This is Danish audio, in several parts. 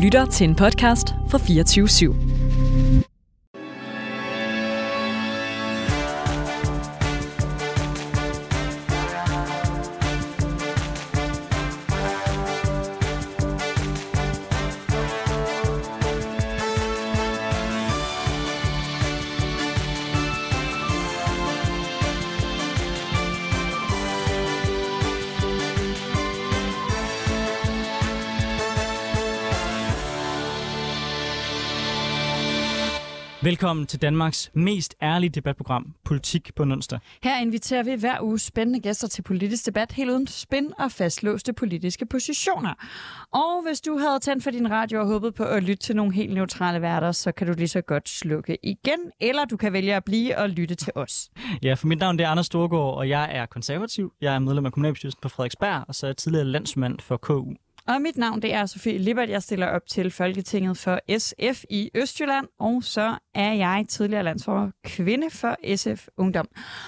lytter til en podcast fra 24/7. Velkommen til Danmarks mest ærlige debatprogram, Politik på en onsdag. Her inviterer vi hver uge spændende gæster til politisk debat, helt uden spin og fastlåste politiske positioner. Og hvis du havde tændt for din radio og håbet på at lytte til nogle helt neutrale værter, så kan du lige så godt slukke igen, eller du kan vælge at blive og lytte til os. Ja, for mit navn er Anders Storgård, og jeg er konservativ. Jeg er medlem af kommunalbestyrelsen på Frederiksberg, og så er jeg tidligere landsmand for KU. Og mit navn det er Sofie Lippert. Jeg stiller op til Folketinget for SF i Østjylland, og så er jeg tidligere landsformand kvinde for SF Ungdom.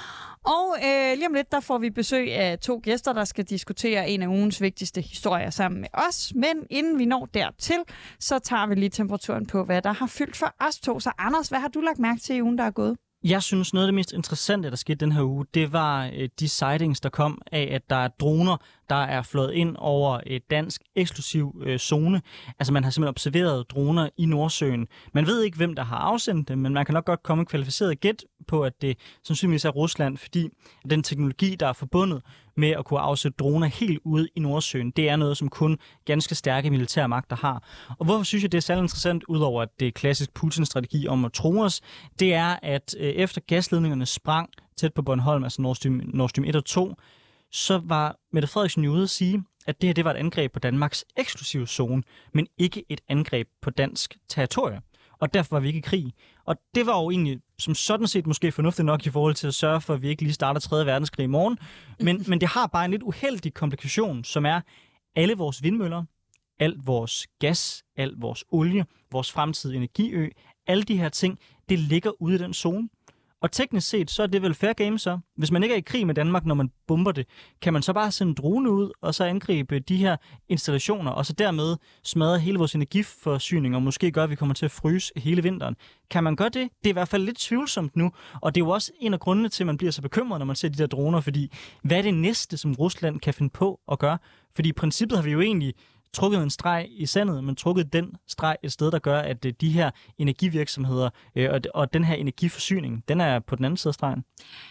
Og lige om lidt, der får vi besøg af to gæster, der skal diskutere en af ugens vigtigste historier sammen med os. Men inden vi når dertil, så tager vi lige temperaturen på, hvad der har fyldt for os to. Så Anders, hvad har du lagt mærke til i ugen, der er gået? Jeg synes, noget af det mest interessante, der skete den her uge, det var de sightings, der kom af, at der er droner, der er flået ind over et dansk eksklusiv zone. Altså man har simpelthen observeret droner i Nordsøen. Man ved ikke, hvem der har afsendt dem, men man kan nok godt komme kvalificeret gæt på, at det sandsynligvis er Rusland, fordi den teknologi, der er forbundet med at kunne afsætte droner helt ude i Nordsøen, det er noget, som kun ganske stærke militære magter har. Og hvorfor synes jeg, det er særlig interessant, udover at det er klassisk Putins strategi om at tro os, det er, at efter gasledningerne sprang tæt på Bornholm, altså Nord Stream 1 og 2, så var Mette Frederiksen jo ude at sige, at det her det var et angreb på Danmarks eksklusive zone, men ikke et angreb på dansk territorie. Og derfor var vi ikke i krig. Og det var jo egentlig som sådan set måske fornuftigt nok i forhold til at sørge for, at vi ikke lige starter 3. verdenskrig i morgen. Men det har bare en lidt uheldig komplikation, som er alle vores vindmøller, alt vores gas, alt vores olie, vores fremtidige energiø, alle de her ting, det ligger ude i den zone. Og teknisk set, så er det vel fair game så. Hvis man ikke er i krig med Danmark, når man bomber det, kan man så bare sende drone ud, og så angribe de her installationer, og så dermed smadre hele vores energiforsyning, og måske gøre, at vi kommer til at fryse hele vinteren. Kan man gøre det? Det er i hvert fald lidt tvivlsomt nu, og det er jo også en af grundene til, at man bliver så bekymret, når man ser de der droner, fordi hvad er det næste, som Rusland kan finde på at gøre? Fordi i princippet har vi jo egentlig trukket en streg i sandet, men trukket den streg et sted, der gør, at de her energivirksomheder og den her energiforsyning, den er på den anden side af stregen.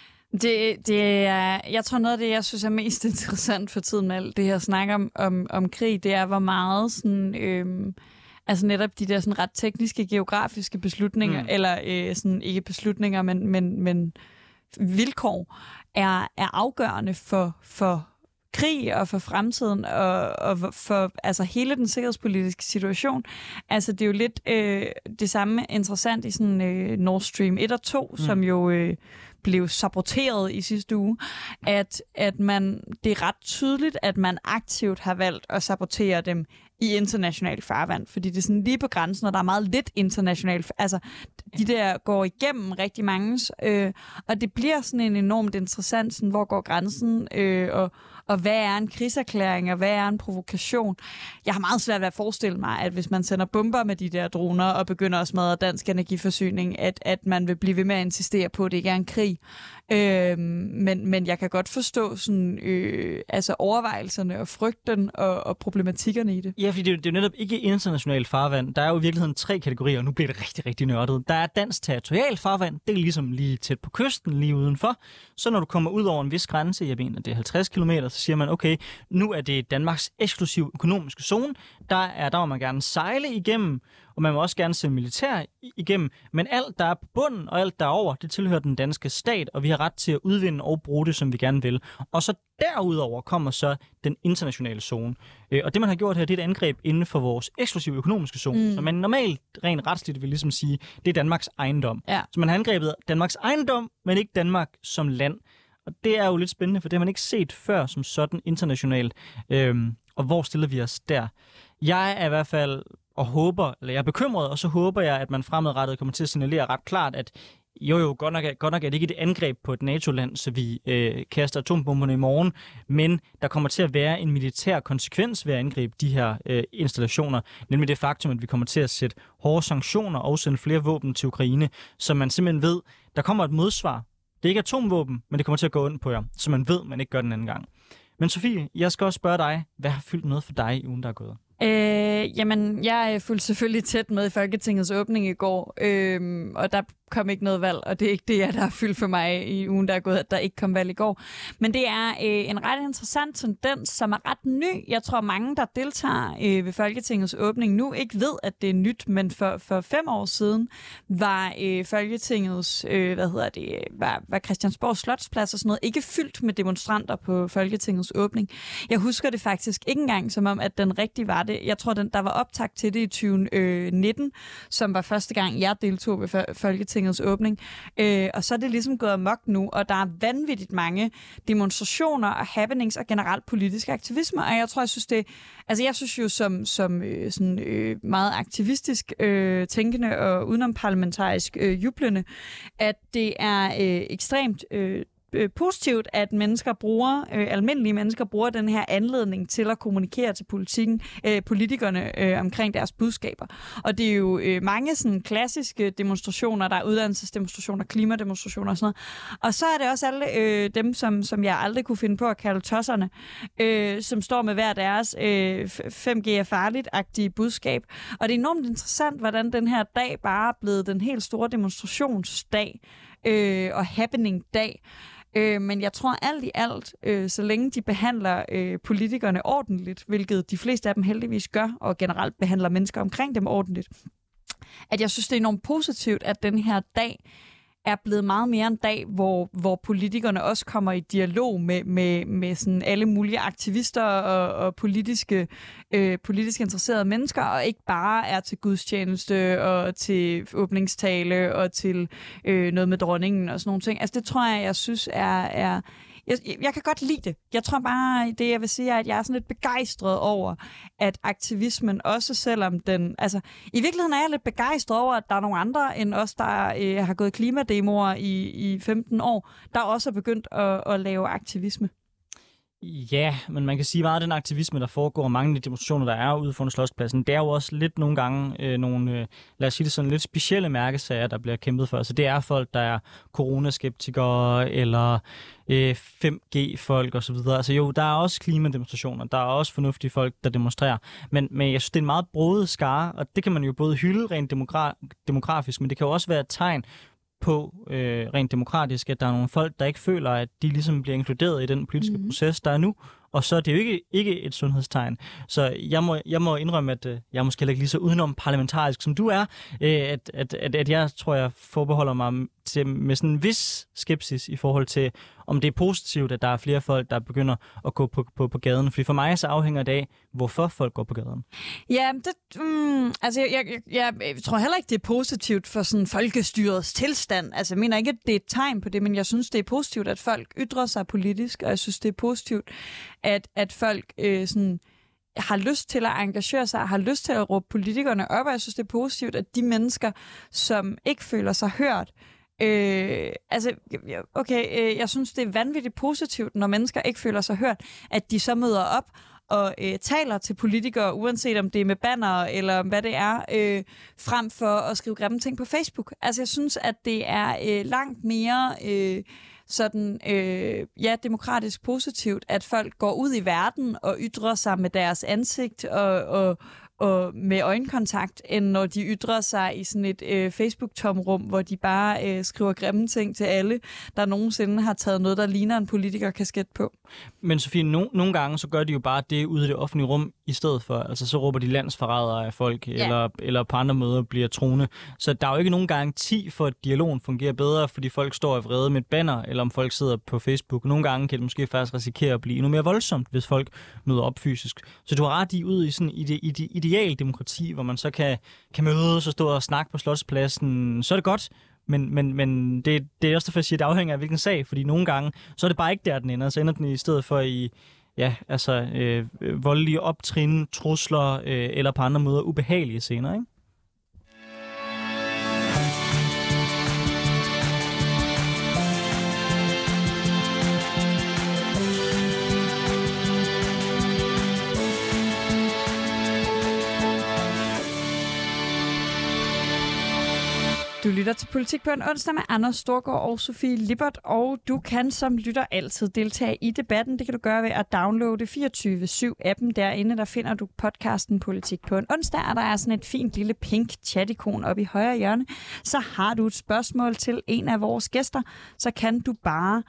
Jeg tror noget af det, jeg synes er mest interessant for tiden med alt det her snak om krig, det er, hvor meget sådan, altså netop de der sådan ret tekniske, geografiske beslutninger, eller sådan ikke beslutninger, men vilkår, er afgørende for krig og for fremtiden og for altså hele den sikkerhedspolitiske situation. Altså det er jo lidt det samme interessant i sådan Nord Stream 1 og 2, som jo blev saboteret i sidste uge, at det er ret tydeligt, at man aktivt har valgt at sabotere dem i international farvand, fordi det er sådan lige på grænsen, og der er meget lidt international, altså de der går igennem rigtig mange, og det bliver sådan en enormt interessant, sådan, hvor går grænsen, og hvad er en krigserklæring, og hvad er en provokation. Jeg har meget svært ved at forestille mig, at hvis man sender bomber med de der droner, og begynder at smadre dansk energiforsyning, at man vil blive ved med at insistere på, at det ikke er en krig. Men jeg kan godt forstå sådan, altså overvejelserne og frygten og problematikkerne i det. Ja, fordi det er jo netop ikke international farvand. Der er jo i virkeligheden 3 kategorier, og nu bliver det rigtig, rigtig nørdet. Der er dansk territorial farvand, det er ligesom lige tæt på kysten, lige udenfor. Så når du kommer ud over en vis grænse, jeg mener, det er 50 kilometer, så siger man, okay, nu er det Danmarks eksklusive økonomiske zone. Der må man gerne sejle igennem, og man må også gerne sende militær igennem. Men alt, der er på bunden, og alt, der er over, det tilhører den danske stat, og vi har ret til at udvinde og bruge det, som vi gerne vil. Og så derudover kommer så den internationale zone. Og det, man har gjort her, det er et angreb inden for vores eksklusive økonomiske zone. Så man normalt, rent retsligt, vil ligesom sige, det er Danmarks ejendom. Ja. Så man har angrebet Danmarks ejendom, men ikke Danmark som land. Og det er jo lidt spændende, for det har man ikke set før som sådan internationalt. Og hvor stiller vi os der? Jeg er i hvert fald jeg er bekymret, og så håber jeg, at man fremadrettet kommer til at signalere ret klart, at Jo, godt nok er det ikke et angreb på et NATO-land, så vi kaster atombomberne i morgen, men der kommer til at være en militær konsekvens ved at angribe de her installationer, nemlig det faktum, at vi kommer til at sætte hårde sanktioner og sende flere våben til Ukraine, så man simpelthen ved, der kommer et modsvar. Det er ikke atomvåben, men det kommer til at gå ondt på jer, så man ved, man ikke gør den anden gang. Men Sofie, jeg skal også spørge dig, hvad har fyldt noget for dig i ugen, der er gået? Jamen, jeg fulgte selvfølgelig tæt med i Folketingets åbning i går, og der kom ikke noget valg, og det er ikke det, der har fyldt for mig i ugen, der er gået, at der ikke kom valg i går. Men det er en ret interessant tendens, som er ret ny. Jeg tror, mange, der deltager ved Folketingets åbning nu, ikke ved, at det er nyt, men for 5 år siden var Folketingets, var Christiansborg Slotsplads og sådan noget, ikke fyldt med demonstranter på Folketingets åbning. Jeg husker det faktisk ikke engang, som om, at den rigtig var det. Jeg tror, der var optakt til det i 2019, som var første gang, jeg deltog ved Folketingets åbning. Og så er det ligesom gået amok nu, og der er vanvittigt mange demonstrationer og happenings og generelt politisk aktivisme, og jeg synes jo som sådan meget aktivistisk tænkende og udenomparlamentarisk jublende, at det er ekstremt positivt, at almindelige mennesker bruger den her anledning til at kommunikere til politikerne omkring deres budskaber. Og det er jo mange sådan klassiske demonstrationer, der er uddannelsesdemonstrationer, klimademonstrationer og sådan noget. Og så er det også alle dem, som jeg aldrig kunne finde på at kalde tosserne, som står med hver deres 5G er farligt-agtige budskab. Og det er enormt interessant, hvordan den her dag bare er blevet den helt store demonstrationsdag og happening-dag. Men jeg tror alt i alt, så længe de behandler politikerne ordentligt, hvilket de fleste af dem heldigvis gør, og generelt behandler mennesker omkring dem ordentligt, at jeg synes, det er enormt positivt, at den her dag er blevet meget mere en dag, hvor politikerne også kommer i dialog med sådan alle mulige aktivister og politisk interesserede mennesker, og ikke bare er til gudstjeneste og til åbningstale og til noget med dronningen og sådan nogle ting. Altså det tror jeg synes er jeg kan godt lide det. Jeg tror bare, det jeg vil sige er, at jeg er sådan lidt begejstret over, at aktivismen også selvom den... Altså, i virkeligheden er jeg lidt begejstret over, at der er nogle andre end os, der har gået klimademoer i 15 år, der også er begyndt at lave aktivisme. Ja, men man kan sige meget af den aktivisme, der foregår, og mange af de demonstrationer, der er ude foran Slotspladsen, det er jo også lidt nogle gange nogle, lad os sige det sådan, lidt specielle mærkesager, der bliver kæmpet for. Så det er folk, der er coronaskeptikere, eller 5G-folk osv. Altså jo, der er også klimademonstrationer, der er også fornuftige folk, der demonstrerer. Men jeg synes, det er en meget broget skare, og det kan man jo både hylde rent demografisk, men det kan jo også være et tegn på rent demokratisk, at der er nogle folk, der ikke føler, at de ligesom bliver inkluderet i den politiske proces, der er nu. Og så er det jo ikke et sundhedstegn. Så jeg må indrømme, at jeg er måske heller ikke lige så udenom parlamentarisk, som du er, at jeg tror, jeg forbeholder mig med sådan en vis skepsis i forhold til, om det er positivt, at der er flere folk, der begynder at gå på gaden. Fordi for mig så afhænger det af, hvorfor folk går på gaden. Ja, jeg tror heller ikke, det er positivt for sådan folkestyrets tilstand. Altså, jeg mener ikke, at det er et tegn på det, men jeg synes, det er positivt, at folk ytrer sig politisk, og jeg synes, det er positivt, at folk sådan har lyst til at engagere sig, har lyst til at råbe politikerne op, og jeg synes, det er positivt, at de mennesker, som ikke føler sig hørt, jeg synes, det er vanvittigt positivt, når mennesker ikke føler sig hørt, at de så møder op og taler til politikere, uanset om det er med banner eller hvad det er, frem for at skrive grimme ting på Facebook. Altså, jeg synes, at det er langt mere demokratisk positivt, at folk går ud i verden og ytrer sig med deres ansigt og med øjenkontakt, end når de ytrer sig i sådan et Facebook-tomrum, hvor de bare skriver grimme ting til alle, der nogensinde har taget noget, der ligner en politiker-kasket på. Men Sofie, nogle gange så gør de jo bare det ude i det offentlige rum i stedet for. Altså så råber de landsforrædere af folk, eller på andre måder bliver truende. Så der er jo ikke nogen garanti for, at dialogen fungerer bedre, fordi folk står i vrede med et banner, eller om folk sidder på Facebook. Nogle gange kan det måske faktisk risikere at blive endnu mere voldsomt, hvis folk møder op fysisk. Så du har ret i ud i sådan i det ideal demokrati, hvor man så kan mødes og stå og snakke på Slotspladsen, så er det godt. Men det er også derfor, jeg siger, at det afhænger af hvilken sag, fordi nogle gange, så er det bare ikke der, den ender. Så ender den i stedet for i voldelige optrin, trusler eller på andre måder ubehagelige scener, ikke? Du lytter til Politik på en onsdag med Anders Storgård og Sofie Lippert, og du kan som lytter altid deltage i debatten. Det kan du gøre ved at downloade 24/7-appen. Derinde der finder du podcasten Politik på en onsdag, og der er sådan et fint lille pink chat-ikon oppe i højre hjørne. Så har du et spørgsmål til en af vores gæster, så kan du bare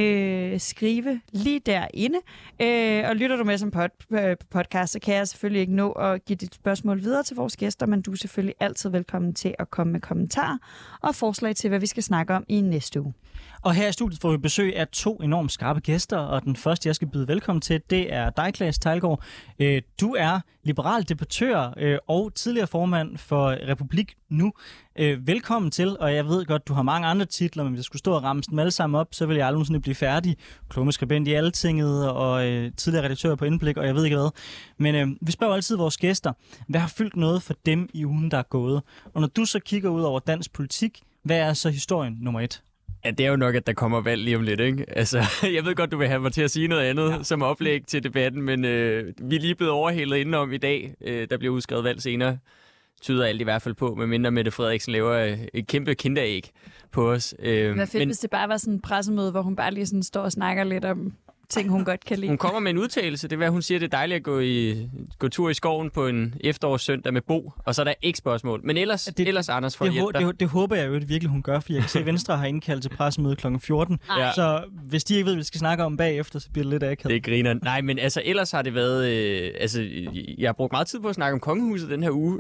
skrive lige derinde. Og lytter du med som podcast, så kan jeg selvfølgelig ikke nå at give dit spørgsmål videre til vores gæster, men du er selvfølgelig altid velkommen til at komme med kommentarer og forslag til, hvad vi skal snakke om i næste uge. Og her i studiet får vi besøg af 2 enormt skarpe gæster, og den første, jeg skal byde velkommen til, det er dig, Claes Teilgaard. Du er liberal debattør og tidligere formand for Republik Nu. Velkommen til, og jeg ved godt, du har mange andre titler, men hvis jeg skulle stå og ramse dem alle sammen op, så ville jeg aldrig nogensinde blive færdig. Klumme skribent i Altinget og tidligere redaktør på Indblik, og jeg ved ikke hvad. Men vi spørger altid vores gæster, hvad har fyldt noget for dem i ugen, der er gået? Og når du så kigger ud over dansk politik, hvad er så historien nummer 1? Ja, det er jo nok, at der kommer valg lige om lidt, ikke? Altså, jeg ved godt, du vil have mig til at sige noget andet som oplæg til debatten, men vi er lige blevet overhældet indenom i dag. Der bliver udskrevet valg senere. Tyder alt i hvert fald på, medmindre Mette Frederiksen laver et kæmpe kinderæg på os. Hvad fedt, hvis det bare var sådan en pressemøde, hvor hun bare lige sådan står og snakker lidt om ting, hun godt kan lide. Hun kommer med en udtalelse. Det er, hvad hun siger, det er dejligt at gå tur i skoven på en efterårssøndag med Bo, og så er der ikke spørgsmål. Men ellers Anders, for at hjælpe dig. Det håber jeg jo virkelig, hun gør, for jeg kan se, at Venstre har indkaldt til pressemøde kl. 14. Ja. Så hvis de ikke ved, hvad vi skal snakke om bagefter, så bliver det lidt akavet. Det griner. Nej, men altså ellers har det været... jeg har brugt meget tid på at snakke om kongehuset den her uge.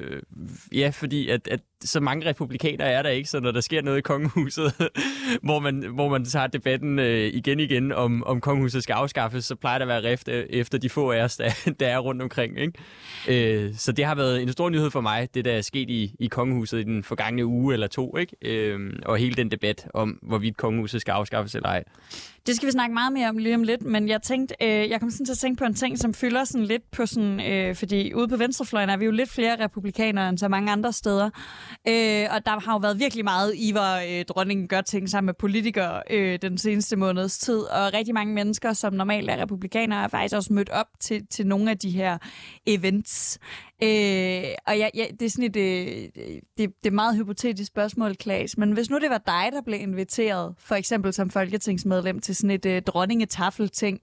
Fordi at så mange republikanere er der ikke, så når der sker noget i kongehuset, hvor man tager debatten igen om kongehuset skal afskaffes, så plejer der at være rift efter de få af os, der er rundt omkring. Ikke? Så det har været en stor nyhed for mig, det der er sket i kongehuset i den forgangne uge eller 2, ikke? Og hele den debat om, hvorvidt kongehuset skal afskaffes eller ej. Det skal vi snakke meget mere om lige om lidt, men jeg tænkte, jeg kom sådan til at tænke på en ting, som fylder sådan lidt på sådan, fordi ude på venstrefløjen er vi jo lidt flere republikanere end så mange andre steder, og der har jo været virkelig meget hvor dronningen gør ting sammen med politikere den seneste måneds tid, og rigtig mange mennesker, som normalt er republikanere, er faktisk også mødt op til nogle af de her events. Og det er sådan det er meget hypotetisk spørgsmål, Claes, men hvis nu det var dig, der blev inviteret, for eksempel som folketingsmedlem til sådan et dronningetafel-ting,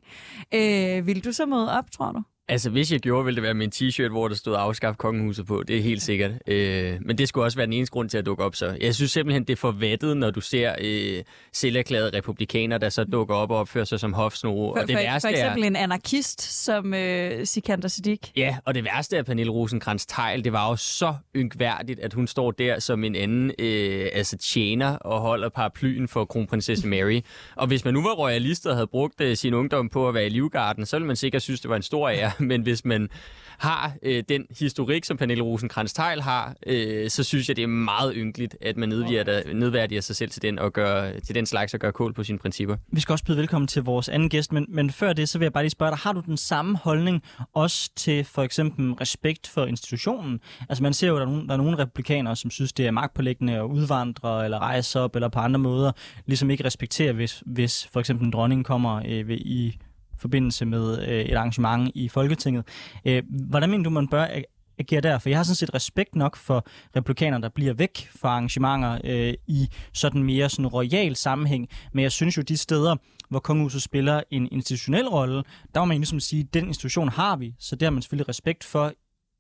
ville du så møde op, tror du? Altså, hvis jeg gjorde, ville det være min t-shirt, hvor der stod afskaf kongehuset på. Det er helt sikkert. Men det skulle også være den eneste grund til at dukke op så. Jeg synes simpelthen, det er for vattet, når du ser selverklærede republikanere, der så dukker op og opfører sig som hofsnore. For eksempel en anarkist som Sikander Siddique. Ja, og det værste af Pernille Rosenkrantz-Theil, det var jo så ynkværdigt, at hun står der som en anden tjener og holder paraplyen for kronprinsesse Mary. Og hvis man nu var royalist og havde brugt sin ungdom på at være i Livgarden, så ville man sikkert synes, det var en stor ære. Men hvis man har den historik, som Pernille Rosenkrantz-Theil har, så synes jeg, det er meget ynkeligt, at man nedværdiger sig selv til den og til den slags og gør kål på sine principper. Vi skal også byde velkommen til vores anden gæst, men før det, så vil jeg bare lige spørge dig, har du den samme holdning også til for eksempel respekt for institutionen? Altså man ser jo, at der er nogle republikanere, som synes, det er magtpåliggende at udvandre eller rejse op, eller på andre måder ligesom ikke respektere, hvis for eksempel en dronning kommer i forbindelse med et arrangement i Folketinget. Hvordan mener du, man bør agere der? For jeg har sådan set respekt nok for republikanere, der bliver væk fra arrangementer i sådan mere sådan royal sammenhæng, men jeg synes jo, de steder, hvor kongehuset spiller en institutionel rolle, der må man ligesom sige, at den institution har vi, så det har man selvfølgelig respekt for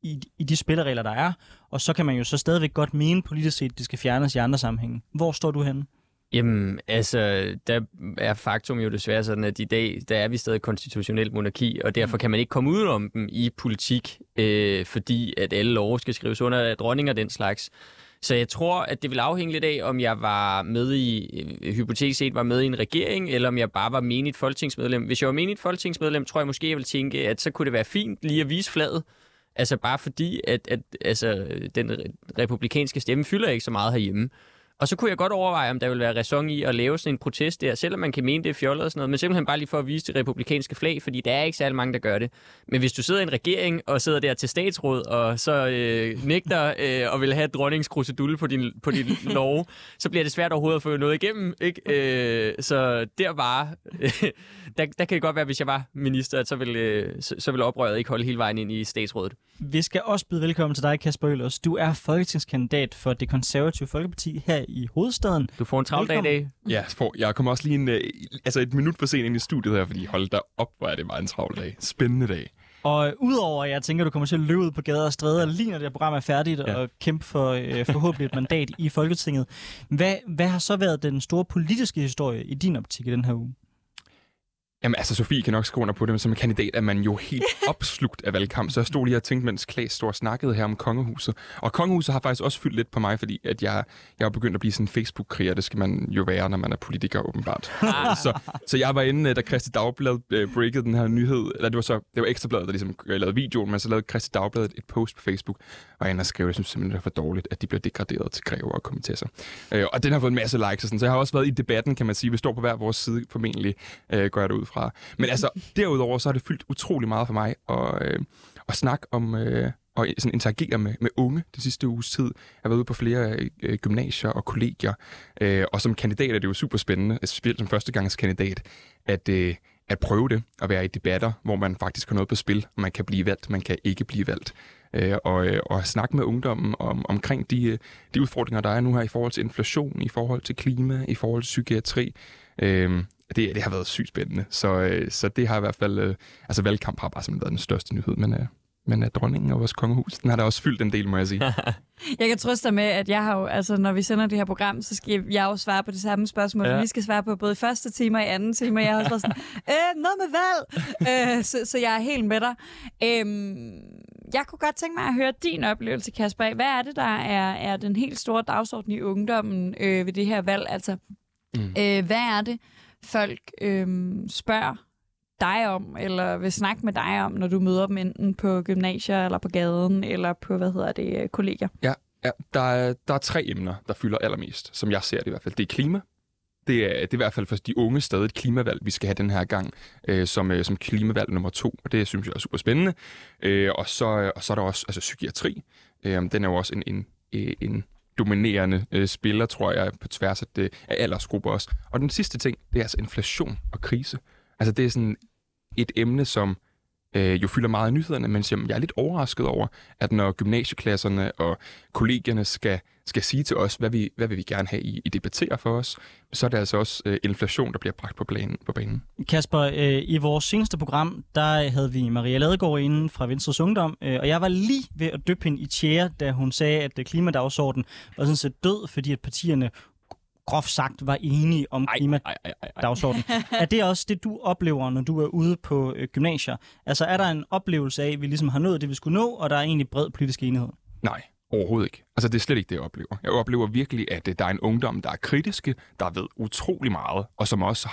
i de spilleregler, der er, og så kan man jo så stadigvæk godt mene politisk set, at det skal fjernes i andre sammenhænge. Hvor står du henne? Jamen, altså, der er faktum jo desværre sådan, at i dag, der er vi stadig konstitutionelt monarki, og derfor kan man ikke komme udenom dem i politik, fordi at alle love skal skrives under af dronning og den slags. Så jeg tror, at det vil afhænge lidt af, om jeg var med hypotetisk set var med i en regering, eller om jeg bare var menigt folketingsmedlem. Hvis jeg var menigt folketingsmedlem, tror jeg måske, jeg ville tænke, at så kunne det være fint lige at vise flaget. Altså bare fordi, at den republikanske stemme fylder ikke så meget herhjemme. Og så kunne jeg godt overveje, om der ville være ræson i at lave sådan en protest der, selvom man kan mene, det er fjollet og sådan noget, men simpelthen bare lige for at vise det republikanske flag, fordi der er ikke særlig mange, der gør det. Men hvis du sidder i en regering og sidder der til statsråd, og så nægter og vil have dronningskrusedulle på din lov, så bliver det svært overhovedet at få noget igennem, ikke? Så der bare, der kan det godt være, hvis jeg var minister, at så vil oprøret ikke holde hele vejen ind i statsrådet. Vi skal også byde velkommen til dig, Kasper Øhlers. Du er folketingskandidat for Det Konservative Folkeparti her i hovedstaden. Du får en travl dag i dag. Ja, jeg kommer også lige et minut for sent ind i studiet her, fordi hold da op, hvor er det meget en travl dag. Spændende dag. Og udover, at jeg tænker, du kommer til at løbe ud på gader og stræder, lige når det her program er færdigt, og kæmpe for forhåbentlig et mandat i Folketinget. Hvad har så været den store politiske historie i din optik i den her uge? Jamen altså, Sofie kan nok skrive under på det, men som kandidat er man jo helt opslugt af valgkamp. Så jeg stod lige og tænkte, mens Klaas stod og snakkede her om kongehuset. Og kongehuset har faktisk også fyldt lidt på mig, fordi at jeg er begyndt at blive sådan en Facebook-kriger. Det skal man jo være, når man er politiker, åbenbart. Så jeg var inde, da Kristeligt Dagblad breakede den her nyhed. Eller det var Ekstrabladet, der ligesom lavede videoen, men så lavede Kristeligt Dagblad et post på Facebook. Og jeg skrev, jeg synes simpelthen, det er for dårligt, at de bliver degraderet til grever og komitesser. Og den har fået en masse likes og sådan. Så jeg har også været i debatten, kan man sige. Vi står på hver vores side, formentlig går jeg det ud fra. Men altså, derudover så har det fyldt utrolig meget for mig at snakke om og sådan interagere med unge den sidste uges tid. Jeg har været ude på flere gymnasier og kollegier, og som kandidat er det jo super spændende, specielt som førstegangskandidat, at prøve det, at være i debatter, hvor man faktisk har noget på spil, og man kan blive valgt, man kan ikke blive valgt. Og snakke med ungdommen omkring de udfordringer, der er nu her i forhold til inflation, i forhold til klima, i forhold til psykiatri. Det har været sygt spændende, så det har i hvert fald... altså valgkamp har bare simpelthen været den største nyhed, men dronningen og vores kongehus, den har da også fyldt en del, må jeg sige. Jeg kan trøste dig med, at jeg har jo, altså når vi sender det her program, så skal jeg jo svare på det samme spørgsmål, vi skal svare på både i første time og i anden time, og jeg har også været sådan, noget med valg! Så jeg er helt med dig. Jeg kunne godt tænke mig at høre din oplevelse, Kasper. Hvad er det, der er den helt store dagsorden i ungdommen ved det her valg? Altså, hvad er det, folk spørger dig om, eller vil snakke med dig om, når du møder dem enten på gymnasier, eller på gaden, eller på, kollegier? Ja, der er 3 emner, der fylder allermest, som jeg ser det i hvert fald. Det er klima. Det er i hvert fald for de unge stadig et klimavalg, vi skal have den her gang, som klimavalg nummer 2, og det synes jeg er super spændende. Og så er der også altså psykiatri. Den er jo også en dominerende spiller, tror jeg, på tværs af aldersgrupper også. Og den sidste ting, det er altså inflation og krise. Altså det er sådan et emne, som jo fylder meget i nyhederne, men jeg er lidt overrasket over, at når gymnasieklasserne og kollegierne skal sige til os, hvad vil vi gerne have, I debatterer for os, så er det altså også inflation, der bliver bragt på banen. Kasper, i vores seneste program, der havde vi Maria Ladegaard inde fra Venstres Ungdom, og jeg var lige ved at dyppe hende i tjære, da hun sagde, at klimadagsordenen var sådan set død, fordi at partierne groft sagt var enige om klimadagsordenen. Er det også det, du oplever, når du er ude på gymnasier? Altså er der en oplevelse af, at vi ligesom har nået det, vi skulle nå, og der er egentlig bred politisk enighed? Nej. Overhovedet ikke. Altså, det er slet ikke det, jeg oplever. Jeg oplever virkelig, at der er en ungdom, der er kritiske, der ved utrolig meget, og som også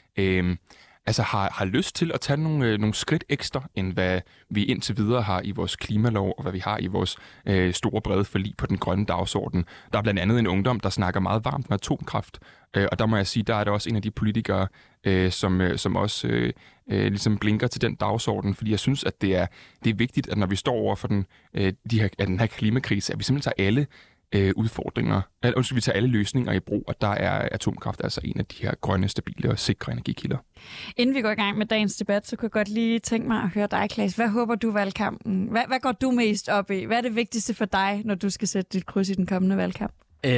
har lyst til at tage nogle skridt ekstra, end hvad vi indtil videre har i vores klimalov, og hvad vi har i vores store brede forlig på den grønne dagsorden. Der er blandt andet en ungdom, der snakker meget varmt med atomkraft, og der må jeg sige, der er der også en af de politikere, som også ligesom blinker til den dagsorden, fordi jeg synes, at det er vigtigt, at når vi står over for den her klimakrise, at vi simpelthen tager alle udfordringer, vi tager alle løsninger i brug, og der er atomkraft altså en af de her grønne, stabile og sikre energikilder. Inden vi går i gang med dagens debat, så kunne jeg godt lige tænke mig at høre dig, Klaas. Hvad håber du valgkampen? Hvad går du mest op i? Hvad er det vigtigste for dig, når du skal sætte dit kryds i den kommende valgkamp?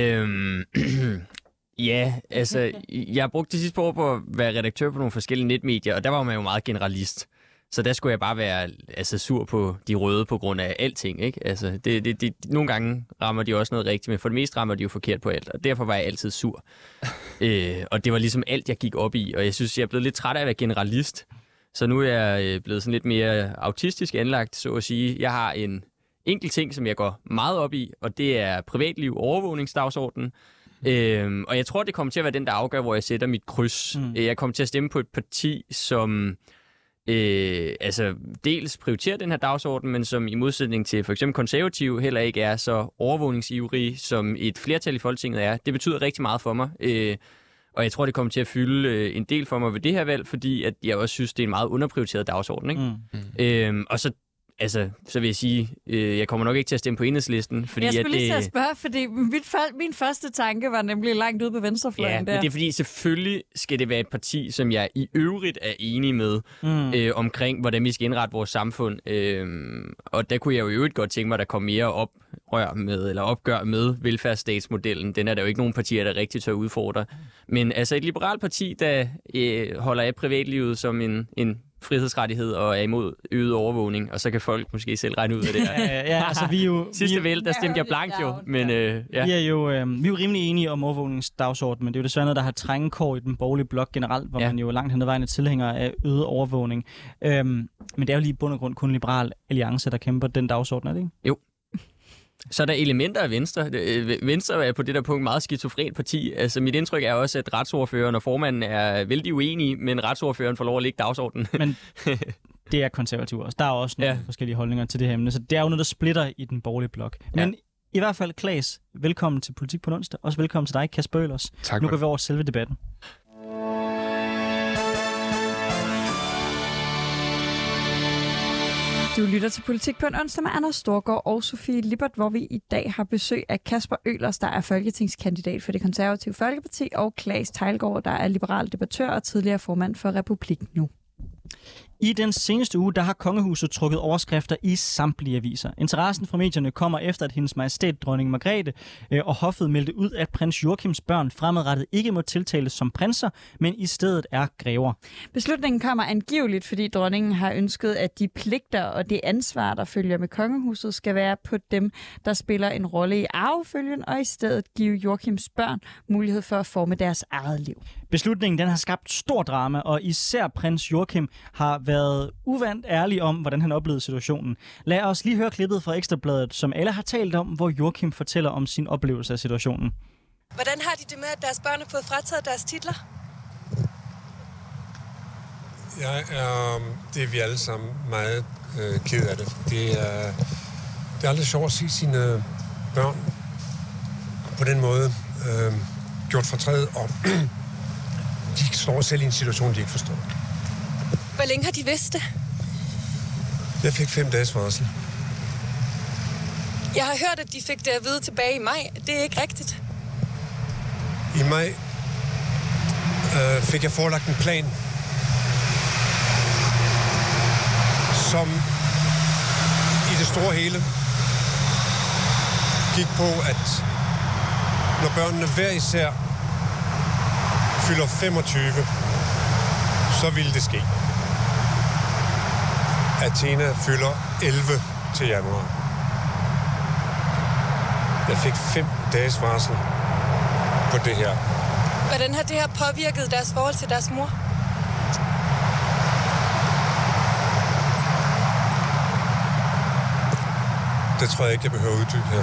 Ja, altså, jeg har brugt de sidste par år på at være redaktør på nogle forskellige netmedier, og der var man jo meget generalist. Så der skulle jeg bare være sur på de røde på grund af alting, ikke? Altså, nogle gange rammer de også noget rigtigt, men for det meste rammer de jo forkert på alt, og derfor var jeg altid sur. Og det var ligesom alt, jeg gik op i, og jeg synes, jeg er blevet lidt træt af at være generalist. Så nu er jeg blevet sådan lidt mere autistisk anlagt, så at sige. Jeg har en enkelt ting, som jeg går meget op i, og det er privatliv overvågningsdagsordenen. Og jeg tror, det kommer til at være den, der afgør, hvor jeg sætter mit kryds. Jeg kommer til at stemme på et parti, som dels prioriterer den her dagsorden, men som i modsætning til for eksempel konservative heller ikke er så overvågningsivrige, som et flertal i Folketinget er. Det betyder rigtig meget for mig, og jeg tror, det kommer til at fylde en del for mig ved det her valg, fordi at jeg også synes, det er en meget underprioriteret dagsorden. Ikke? Og så vil jeg sige, jeg kommer nok ikke til at stemme på Enhedslisten. Fordi jeg skulle lige til at spørge, fordi min første tanke var nemlig langt ude på venstrefløjen. Ja, men det er fordi, selvfølgelig skal det være et parti, som jeg i øvrigt er enig med omkring, hvordan vi skal indrette vores samfund. Og der kunne jeg jo i øvrigt godt tænke mig, at der kom mere opgør med velfærdsstatsmodellen. Den er der jo ikke nogen partier, der rigtig tør udfordre. Men altså et liberalt parti, der holder af privatlivet som en frihedsrettighed og er imod øget overvågning, og så kan folk måske selv regne ud af det her. Ja, altså vi er jo... Sidste valg, der stemte jeg blankt jo, men Vi er jo rimelig enige om overvågningsdagsordenen, men det er jo desværre noget, der har trængekår i den borgerlige blok generelt, hvor man jo langt hen ad vejen er tilhænger af øget overvågning. Men det er jo lige i bund og grund kun Liberal Alliance, der kæmper den dagsorden, er det ikke? Jo. Så er der elementer af Venstre. Venstre er på det der punkt meget skizofrent parti. Altså mit indtryk er også, at retsordføreren og formanden er vældig uenige, men retsordføreren får lov at lægge dagsordenen. Men det er konservativt også. Der er også nogle forskellige holdninger til det her emne, så det er jo noget, der splitter i den borgerlige blok. Men i hvert fald, Claes, velkommen til Politik på onsdag. Også velkommen til dig, Kasper Øhlers. Tak. Nu går vi over til selve debatten. Du lytter til Politik på en onsdag med Anders Storgård og Sofie Lippert, hvor vi i dag har besøg af Kasper Øhlers, der er folketingskandidat for Det Konservative Folkeparti, og Claes Teilgaard, der er liberal debattør og tidligere formand for Republik Nu. I den seneste uge, der har kongehuset trukket overskrifter i samtlige aviser. Interessen fra medierne kommer efter, at hendes majestæt dronning Margrethe og hoffet meldte ud, at prins Joachims børn fremadrettet ikke må tiltales som prinser, men i stedet er grever. Beslutningen kommer angiveligt, fordi dronningen har ønsket, at de pligter og det ansvar, der følger med kongehuset, skal være på dem, der spiller en rolle i arvefølgen, og i stedet give Joachims børn mulighed for at forme deres eget liv. Beslutningen den har skabt stor drama, og især prins Joachim har været uvandt ærlig om, hvordan han oplevede situationen. Lad os lige høre klippet fra Ekstrabladet, som alle har talt om, hvor Joachim fortæller om sin oplevelse af situationen. Hvordan har de det med, at deres børn har fået frataget deres titler? Det er vi alle sammen meget ked af det. Det er aldrig sjovt at se sine børn på den måde gjort fortræd, og de står selv i en situation, de ikke forstår. Hvor længe har de vidst det? Jeg fik 5 dages varsel. Jeg har hørt, at de fik det at vide tilbage i maj. Det er ikke rigtigt. I maj fik jeg forelagt en plan, som i det store hele gik på, at når børnene hver især fylder 25, så ville det ske. Athena fylder 11 til januar. Jeg fik 5 dages varsel på det her. Hvordan har det her påvirket deres forhold til deres mor? Det tror jeg ikke, jeg behøver at uddybe her.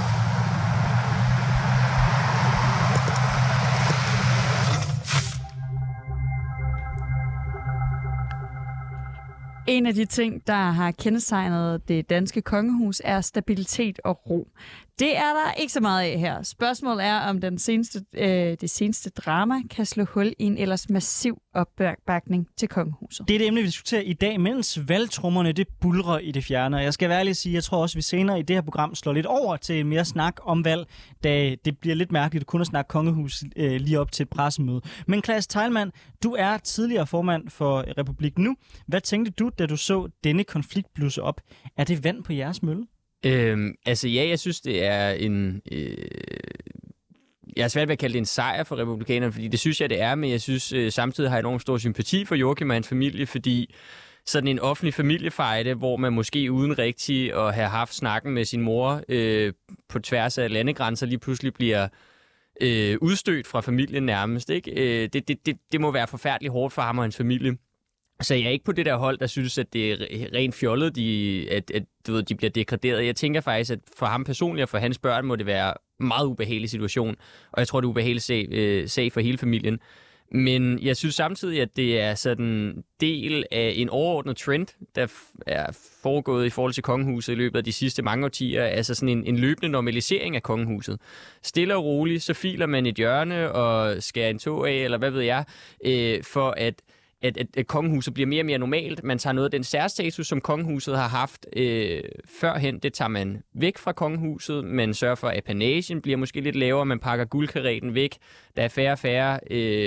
En af de ting, der har kendetegnet det danske kongehus, er stabilitet og ro. Det er der ikke så meget af her. Spørgsmålet er, om det seneste drama kan slå hul i en ellers massiv opbakning til kongehuset. Det er det emne, vi diskuterer i dag, mens valgtrummerne det bulrer i det fjerne. Og jeg skal være ærlig at sige, jeg tror også, at vi senere i det her program slår lidt over til mere snak om valg, da det bliver lidt mærkeligt kun at snakke kongehus lige op til et pressemøde. Men Claes Teilgaard, du er tidligere formand for Republik Nu. Hvad tænkte du, da du så denne konflikt blusse op? Er det vand på jeres mølle? Jeg synes, det er en... Jeg er svært ved at kalde det en sejr for republikanerne, fordi det synes jeg, det er, men jeg synes samtidig har jeg enormt stor sympati for Joachim og hans familie, fordi sådan en offentlig familiefejde, hvor man måske uden rigtig at have haft snakken med sin mor på tværs af landegrænser, lige pludselig bliver udstødt fra familien nærmest. Ikke? Det må være forfærdeligt hårdt for ham og hans familie. Så jeg er ikke på det der hold, der synes, at det er rent fjollet, de bliver degraderet. Jeg tænker faktisk, at for ham personligt og for hans børn må det være en meget ubehagelig situation. Og jeg tror, det er en ubehagelig sag for hele familien. Men jeg synes samtidig, at det er sådan del af en overordnet trend, der er foregået i forhold til kongehuset i løbet af de sidste mange årtier. Altså sådan en løbende normalisering af kongehuset. Stille og roligt, så filer man et hjørne og skærer en tog af, eller hvad ved jeg, for at kongehuset bliver mere og mere normalt. Man tager noget af den særstatus, som kongehuset har haft førhen, det tager man væk fra kongehuset. Man sørger for, at apanagen bliver måske lidt lavere, man pakker guldkaretten væk. Der er færre og færre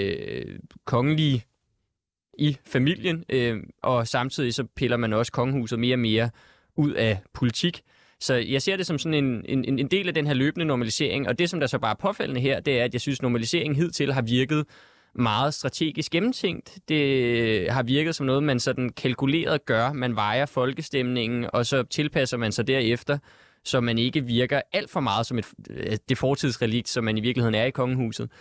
kongelige i familien, og samtidig så piller man også kongehuset mere og mere ud af politik. Så jeg ser det som sådan en del af den her løbende normalisering, og det, som der så bare er påfældende her, det er, at jeg synes, normaliseringen hidtil har virket meget strategisk gennemtænkt. Det har virket som noget, man sådan kalkuleret gør. Man vejer folkestemningen, og så tilpasser man sig derefter, så man ikke virker alt for meget som det fortidsrelikt, som man i virkeligheden er i kongehuset.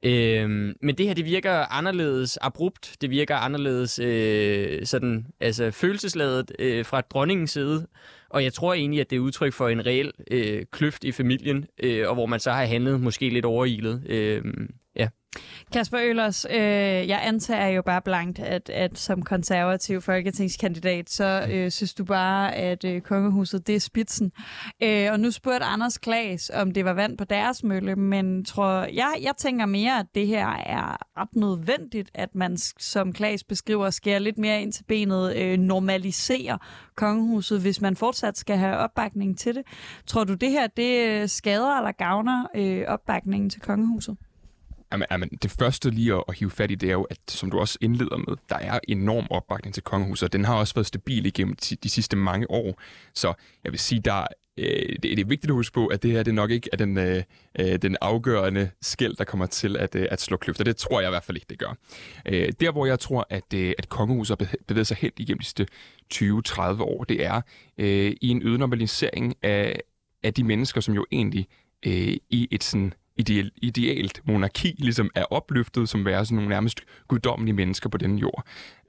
Men det her, det virker anderledes abrupt. Det virker anderledes sådan, altså følelsesladet fra dronningens side. Og jeg tror egentlig, at det er udtryk for en reel kløft i familien, og hvor man så har handlet måske lidt overilet. Ja. Kasper Øhlers, jeg antager jo bare blankt, at som konservativ folketingskandidat, så synes du bare, at kongehuset, det er spidsen. Og nu spurgte Anders Klaas, om det var vand på deres mølle, men jeg tænker mere, at det her er ret nødvendigt, at man, som Klaas beskriver, skærer lidt mere ind til benet, normaliserer kongehuset, hvis man fortsat skal have opbakning til det. Tror du, det her det skader eller gavner opbakningen til kongehuset? Jamen, det første lige at hive fat i, det er jo, at som du også indleder med, der er enorm opbakning til kongehuset, og den har også været stabil igennem de sidste mange år. Så jeg vil sige, det er vigtigt at huske på, at det her det nok ikke er den afgørende skel, der kommer til at slå kløfter. Det tror jeg i hvert fald ikke, det gør. Der, hvor jeg tror, at kongehuset har bevæget sig hen igennem de sidste 20-30 år, det er i en øget normalisering af de mennesker, som jo egentlig i et sådan idealt monarki ligesom er opløftet som være sådan nogle nærmest guddommelige mennesker på denne jord.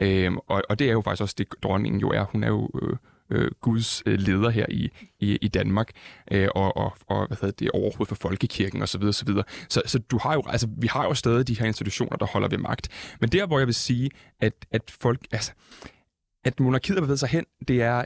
Og det er jo faktisk også det, dronningen jo er. Hun er jo Guds leder her i Danmark, og overhovedet for folkekirken osv. osv. Så du har jo, altså, vi har jo stadig de her institutioner, der holder ved magt. Men der, hvor jeg vil sige, at monarkiet har bevæget sig hen, det er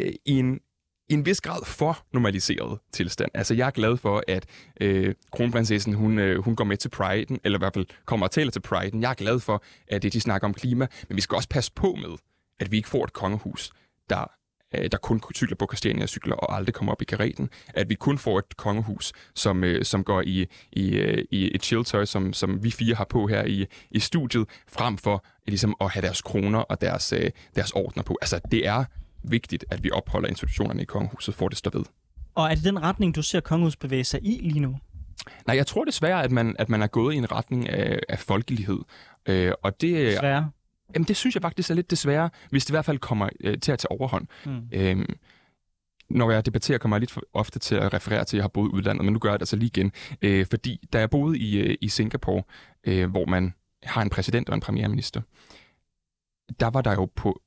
i en vis grad for normaliseret tilstand. Altså, jeg er glad for, at kronprinsessen, hun går med til Pride'en, eller i hvert fald kommer og taler til Pride'en. Jeg er glad for, at de snakker om klima, men vi skal også passe på med, at vi ikke får et kongehus, der kun cykler på Christiania-cykler og aldrig kommer op i karetten. At vi kun får et kongehus, som går i et chilltøj, som vi fire har på her i studiet, frem for ligesom at have deres kroner og deres ordner på. Altså, det er vigtigt, at vi opholder institutionerne i kongehuset, for det står ved. Og er det den retning, du ser kongehuset bevæge sig i lige nu? Nej, jeg tror desværre, at man er gået i en retning af folkelighed. Og det desværre? Jamen, det synes jeg faktisk er lidt desværre, hvis det i hvert fald kommer til at tage overhånd. Når jeg debatterer, kommer jeg lidt ofte til at referere til, at jeg har boet i udlandet, men nu gør jeg det altså lige igen. Fordi da jeg boede i Singapore, hvor man har en præsident og en premierminister, der var der jo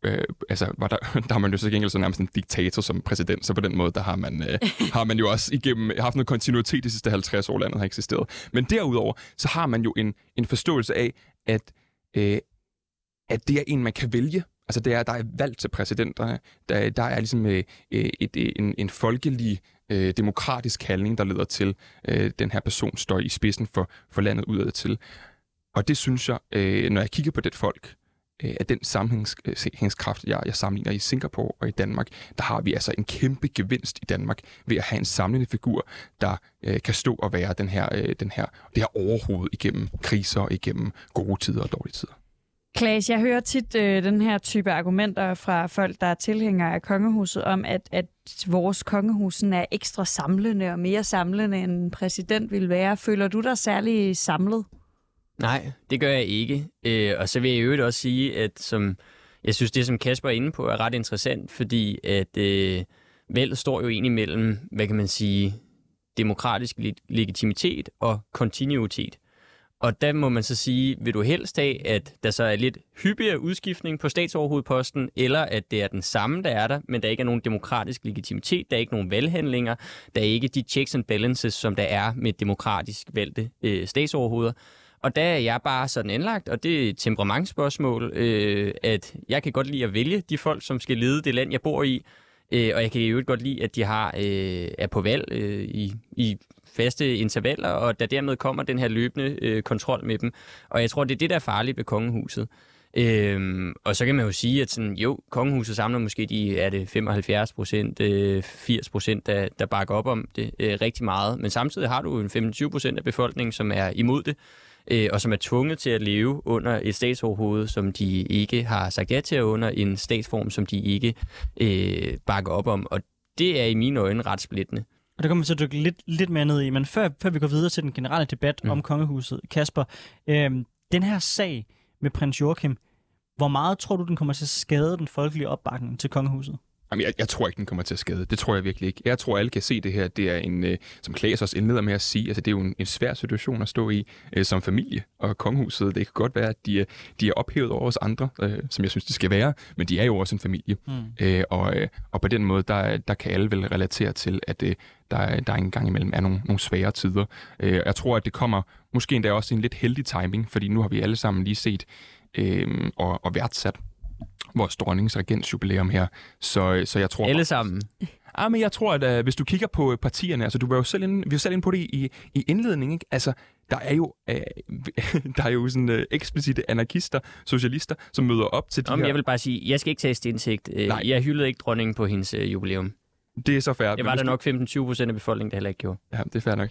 der har man jo så gengæld så nærmest en diktator som præsident, så på den måde, der har man jo også igennem haft noget kontinuitet de sidste 50 år, landet har eksisteret. Men derudover, så har man jo en forståelse af, at det er en, man kan vælge. Altså, der er valg til præsidenterne. Der er ligesom en folkelig, demokratisk handling, der leder til, den her person står i spidsen for landet udad til. Og det synes jeg, når jeg kigger på det folk, at den sammenhængskraft, jeg sammenligner i Singapore og i Danmark, der har vi altså en kæmpe gevinst i Danmark ved at have en samlende figur, der kan stå og være det her overhoved igennem kriser og igennem gode tider og dårlige tider. Klaas, jeg hører tit den her type argumenter fra folk, der er tilhængere af kongehuset, om at vores kongehusen er ekstra samlende og mere samlende, end en præsident vil være. Føler du dig særlig samlet? Nej, det gør jeg ikke. Og så vil jeg i øvrigt også sige, at jeg synes, det som Kasper er inde på, er ret interessant, fordi at valget står jo egentlig mellem, hvad kan man sige, demokratisk legitimitet og kontinuitet. Og der må man så sige, vil du helst have, at der så er lidt hyppigere udskiftning på statsoverhovedposten, eller at det er den samme, der er der, men der ikke er nogen demokratisk legitimitet, der er ikke nogen valghandlinger, der er ikke de checks and balances, som der er med demokratisk valgte statsoverhoveder. Og der er jeg bare sådan anlagt, og det er et temperamentsspørgsmål, at jeg kan godt lide at vælge de folk, som skal lede det land, jeg bor i. Og jeg kan jo godt lide, at de er på valg i faste intervaller, og der dermed kommer den her løbende kontrol med dem. Og jeg tror, det er det, der er farligt ved kongehuset. Og så kan man jo sige, at sådan, kongehuset samler måske 75%, 80%, der bakker op om det rigtig meget. Men samtidig har du en 25% af befolkningen, som er imod det, og som er tvunget til at leve under et statsoverhoved, som de ikke har sagt ja til, under en statsform, som de ikke bakker op om. Og det er i mine øjne ret splittende. Og det kommer vi til at dykke lidt mere ned i. Men før vi går videre til den generelle debat om kongehuset, Kasper, den her sag med prins Joachim, hvor meget tror du, den kommer til at skade den folkelige opbakning til kongehuset? Jamen, jeg tror ikke, den kommer til at skade. Det tror jeg virkelig ikke. Jeg tror, alle kan se det her. Det er en, som Klaas også indleder med at sige, altså det er jo en svær situation at stå i som familie. Og kongehuset, det kan godt være, at de er ophævet over os andre, som jeg synes, de skal være, men de er jo også en familie. Og på den måde, der kan alle vel relatere til, at der en gang imellem er nogle svære tider. Jeg tror, at det kommer måske endda også en lidt heldig timing, fordi nu har vi alle sammen lige set og værdsat vores dronningens regensjubilæum her. Så jeg tror... Alle sammen? Men jeg tror, at hvis du kigger på partierne, altså vi var selv inde på det i indledningen, ikke? Altså, der er jo sådan eksplicite anarkister, socialister, som møder op til de her... Jeg vil bare sige, jeg skal ikke tage indsigt. Jeg hyldede ikke dronningen på hendes jubilæum. Det er så fair. Det var der nok 15-20% af befolkningen, der heller ikke gjorde. Ja, det er fair nok.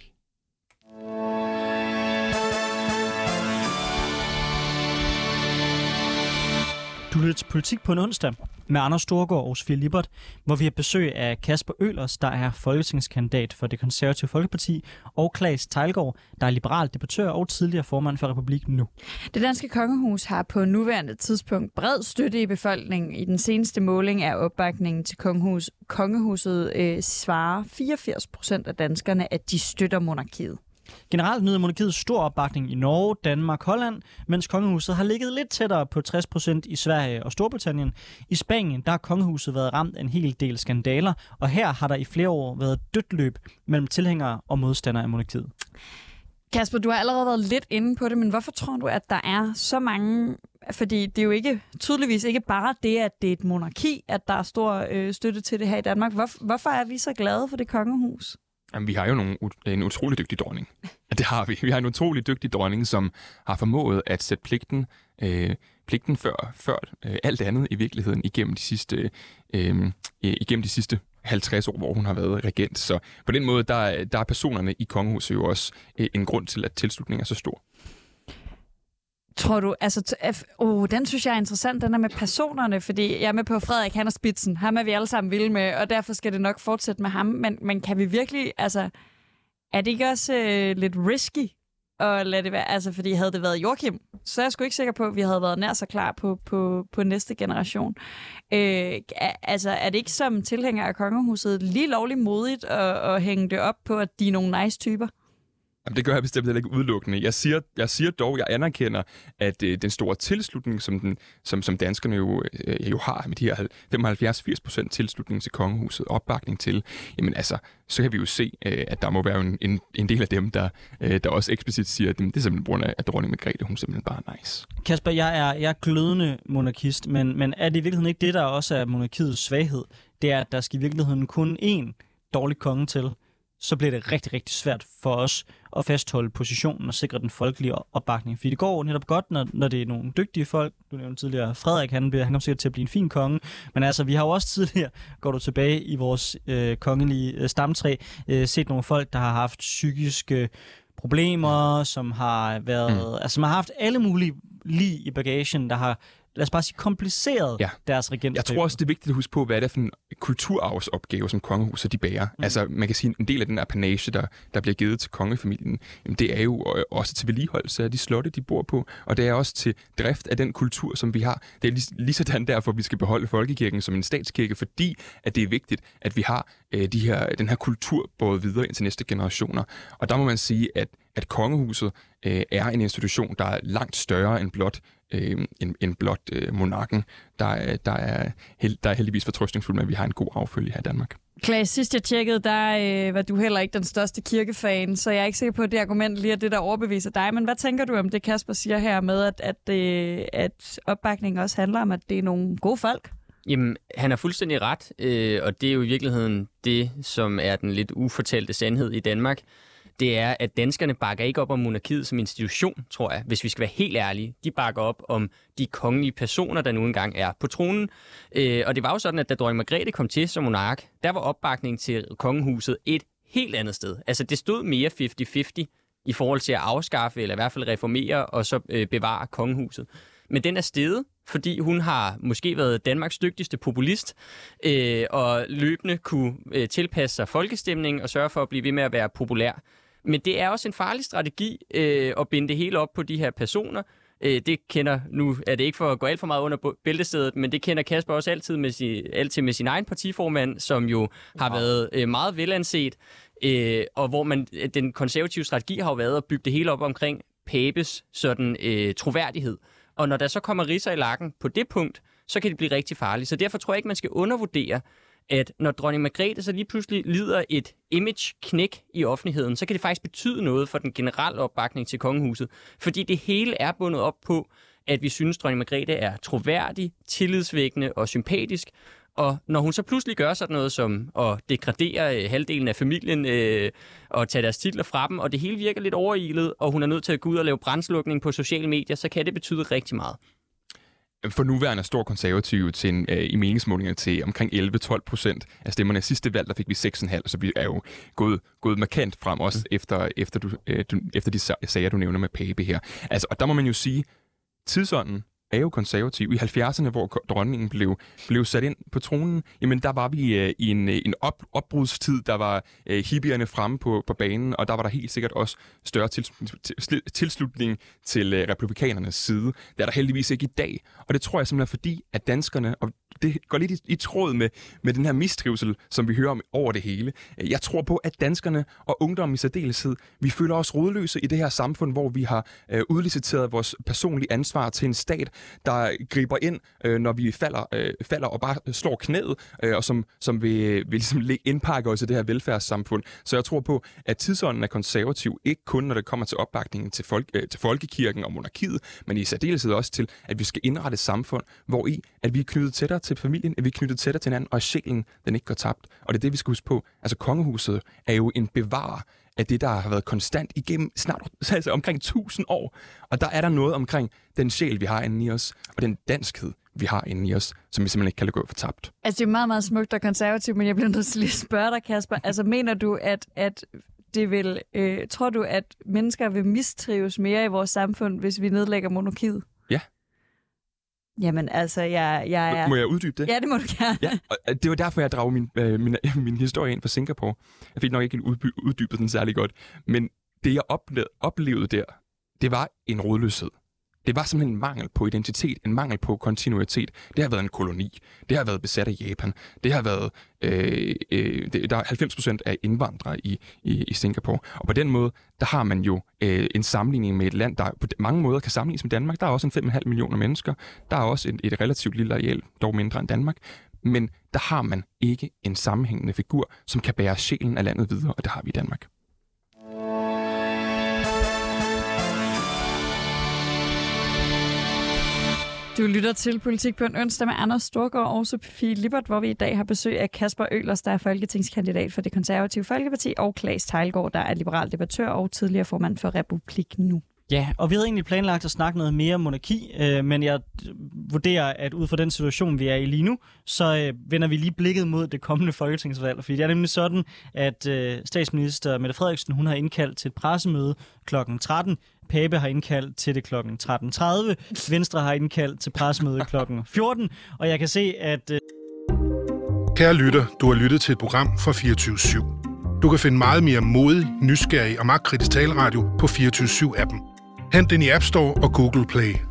Du lytter til Politik på en onsdag med Anders Storgård og Sofie Lippert, hvor vi har besøg af Kasper Øhlers, der er folketingskandidat for Det Konservative Folkeparti, og Klaas Teilgaard, der er liberal debattør og tidligere formand for Republik Nu. Det danske kongehus har på nuværende tidspunkt bred støtte i befolkningen. I den seneste måling er opbakningen til kongehuset svarer 84% af danskerne, at de støtter monarkiet. Generelt nyder monarkiet stor opbakning i Norge, Danmark, Holland, mens kongehuset har ligget lidt tættere på 60% i Sverige og Storbritannien. I Spanien der har kongehuset været ramt af en hel del skandaler, og her har der i flere år været dødt løb mellem tilhængere og modstandere af monarkiet. Kasper, du har allerede været lidt inde på det, men hvorfor tror du, at der er så mange... Fordi det er jo tydeligvis ikke bare det, at det er et monarki, at der er stor støtte til det her i Danmark. Hvorfor er vi så glade for det kongehus? Jamen, vi har jo en utrolig dygtig dronning. Det har vi. Vi har en utrolig dygtig dronning, som har formået at sætte pligten før alt andet i virkeligheden igennem de sidste 50 år, hvor hun har været regent. Så på den måde, der er personerne i kongehuset jo også en grund til, at tilslutningen er så stor. Tror du, den synes jeg er interessant, den er med personerne, fordi jeg er med på Frederik, han er spidsen. Ham er vi alle sammen vilde med, og derfor skal det nok fortsætte med ham. Men kan vi virkelig, er det ikke også lidt risky at lade det være? Fordi havde det været Joachim, så er jeg sgu ikke sikker på, at vi havde været nær så klar på næste generation. Er det ikke som tilhænger af kongehuset lige lovligt modigt at hænge det op på, at de er nogle nice typer? Jamen, det gør jeg bestemt ikke udelukkende. Jeg siger dog, jeg anerkender, at den store tilslutning, som danskerne jo har, med de her 75-80% tilslutning til kongehuset, opbakning til, jamen så kan vi jo se, at der må være en del af dem, der også eksplicit siger, at det er simpelthen på grund af, at dronning Margrethe, hun simpelthen bare er nice. Kasper, jeg er glødende monarkist, men er det i virkeligheden ikke det, der også er monarkiets svaghed? Det er, at der skal i virkeligheden kun én dårlig konge til. Så bliver det rigtig, rigtig svært for os at fastholde positionen og sikre den folkelige opbakning. Fordi det går netop godt, når det er nogle dygtige folk. Du nævnte tidligere Frederik, han kommer sikkert til at blive en fin konge. Men vi har jo også tidligere, går du tilbage i vores kongelige stamtræ, set nogle folk, der har haft psykiske problemer, som har været, som har haft alle mulige lige i bagagen, der har, lad os bare sige, kompliceret deres regentperiode. Jeg tror også, det er vigtigt at huske på, hvad det er for en kulturarvsopgave, som kongehuset de bærer. Man kan sige, en del af den apanage, der bliver givet til kongefamilien, det er jo også til vedligeholdelse af de slotte, de bor på, og det er også til drift af den kultur, som vi har. Det er lige sådan derfor, vi skal beholde folkekirken som en statskirke, fordi at det er vigtigt, at vi har den her kultur båret videre ind til næste generationer. Og der må man sige, at kongehuset er en institution, der er langt større end blot monarken. Der er heldigvis fortrøstningsfuldt med, at vi har en god affølge her i Danmark. Klaas, sidst jeg tjekkede, der var du heller ikke den største kirkefan, så jeg er ikke sikker på, at det argument lige er det, der overbeviser dig. Men hvad tænker du om det, Kasper siger her med, at opbakningen også handler om, at det er nogle gode folk? Jamen, han har fuldstændig ret, og det er jo i virkeligheden det, som er den lidt ufortalte sandhed i Danmark. Det er, at danskerne bakker ikke op om monarkiet som institution, tror jeg, hvis vi skal være helt ærlige. De bakker op om de kongelige personer, der nu engang er på tronen. Og det var jo sådan, at da dronning Margrethe kom til som monark, der var opbakning til kongehuset et helt andet sted. Altså, det stod mere 50-50 i forhold til at afskaffe, eller i hvert fald reformere, og så bevare kongehuset. Men den er steget, fordi hun har måske været Danmarks dygtigste populist, og løbende kunne tilpasse sig folkestemningen og sørge for at blive ved med at være populær. Men det er også en farlig strategi at binde det hele op på de her personer. Det kender, nu er det ikke for at gå alt for meget under bæltestedet, men det kender Kasper også altid med sin egen partiformand, som jo har været meget velanset, og hvor den konservative strategi har jo været at bygge det hele op omkring Papes sådan troværdighed. Og når der så kommer ridser i lakken på det punkt, så kan det blive rigtig farligt. Så derfor tror jeg ikke, man skal undervurdere, at når dronning Margrethe så lige pludselig lider et image-knæk i offentligheden, så kan det faktisk betyde noget for den generelle opbakning til kongehuset. Fordi det hele er bundet op på, at vi synes, dronning Margrethe er troværdig, tillidsvækkende og sympatisk. Og når hun så pludselig gør sådan noget som at degradere halvdelen af familien og tage deres titler fra dem, og det hele virker lidt overilet, og hun er nødt til at gå ud og lave brandslukning på sociale medier, så kan det betyde rigtig meget. For nuværende er stor konservative i meningsmålinger til omkring 11-12% af stemmerne. Sidste valg, der fik vi 6,5%, så vi er jo gået markant frem også efter de sager, du nævner med Pape her. Altså, og der må man jo sige, tidsånden er jo konservativ. I 70'erne, hvor dronningen blev sat ind på tronen, jamen der var vi i en opbrudstid, der var hippierne fremme på banen, og der var der helt sikkert også større tilslutning til republikanernes side. Det er der heldigvis ikke i dag, og det tror jeg simpelthen fordi, at danskerne, og det går lidt i tråd med den her mistrivsel, som vi hører om over det hele. Jeg tror på, at danskerne og ungdommen i særdeleshed, vi føler os rodløse i det her samfund, hvor vi har udliciteret vores personlige ansvar til en stat, der griber ind, når vi falder og bare slår knæet, og som vil ligesom indpakke os i det her velfærdssamfund. Så jeg tror på, at tidsånden er konservativ, ikke kun når det kommer til opbakningen til folkekirken og monarkiet, men i særdeleshed også til, at vi skal indrette et samfund, hvor at vi er knyttet tættere til familien, at vi er knyttet tættere til hinanden, og sjælen, den ikke går tabt. Og det er det, vi skal huske på. Altså, kongehuset er jo en bevarer af det, der har været konstant igennem snart omkring 1000 år. Og der er der noget omkring den sjæl, vi har inde i os, og den danskhed, vi har inde i os, som vi simpelthen ikke kan lade gå for tabt. Altså, det er meget, meget smukt og konservativt, men jeg bliver nødt til lige at spørge dig, Kasper. Altså, mener du, at det vil... tror du, at mennesker vil mistrives mere i vores samfund, hvis vi nedlægger monarkiet? Ja. Jamen, altså, jeg er... Må jeg uddybe det? Ja, det må du gerne. Ja, og det var derfor, jeg drog min historie ind fra Singapore. Jeg fik nok ikke uddybet den særlig godt. Men det, jeg oplevede der, det var en rodløshed. Det var simpelthen en mangel på identitet, en mangel på kontinuitet. Det har været en koloni. Det har været besat af Japan. Det har været... der er 90% af indvandrere i Singapore. Og på den måde, der har man jo en sammenligning med et land, der på mange måder kan sammenlignes med Danmark. Der er også 5,5 millioner mennesker. Der er også et relativt lille areal, dog mindre end Danmark. Men der har man ikke en sammenhængende figur, som kan bære sjælen af landet videre, og det har vi i Danmark. Du lytter til Politik på en onsdag med Anders Storgård og Sofie Lippert, hvor vi i dag har besøg af Kasper Øhlers, der er folketingskandidat for Det Konservative Folkeparti, og Klaas Teilgaard, der er liberal debattør og tidligere formand for Republik Nu. Ja, og vi havde egentlig planlagt at snakke noget mere monarki, men jeg vurderer, at ud fra den situation, vi er i lige nu, så vender vi lige blikket mod det kommende folketingsvalg. Fordi det er nemlig sådan, at statsminister Mette Frederiksen, hun har indkaldt til et pressemøde kl. 13. Pape har indkaldt til det kl. 13.30. Venstre har indkaldt til pressemøde kl. 14. Og jeg kan se, at... Kære lytter, du har lyttet til et program fra 24/7. Du kan finde meget mere modig, nysgerrig og magtkritisk taleradio på 24/7-appen. Hent den i App Store og Google Play.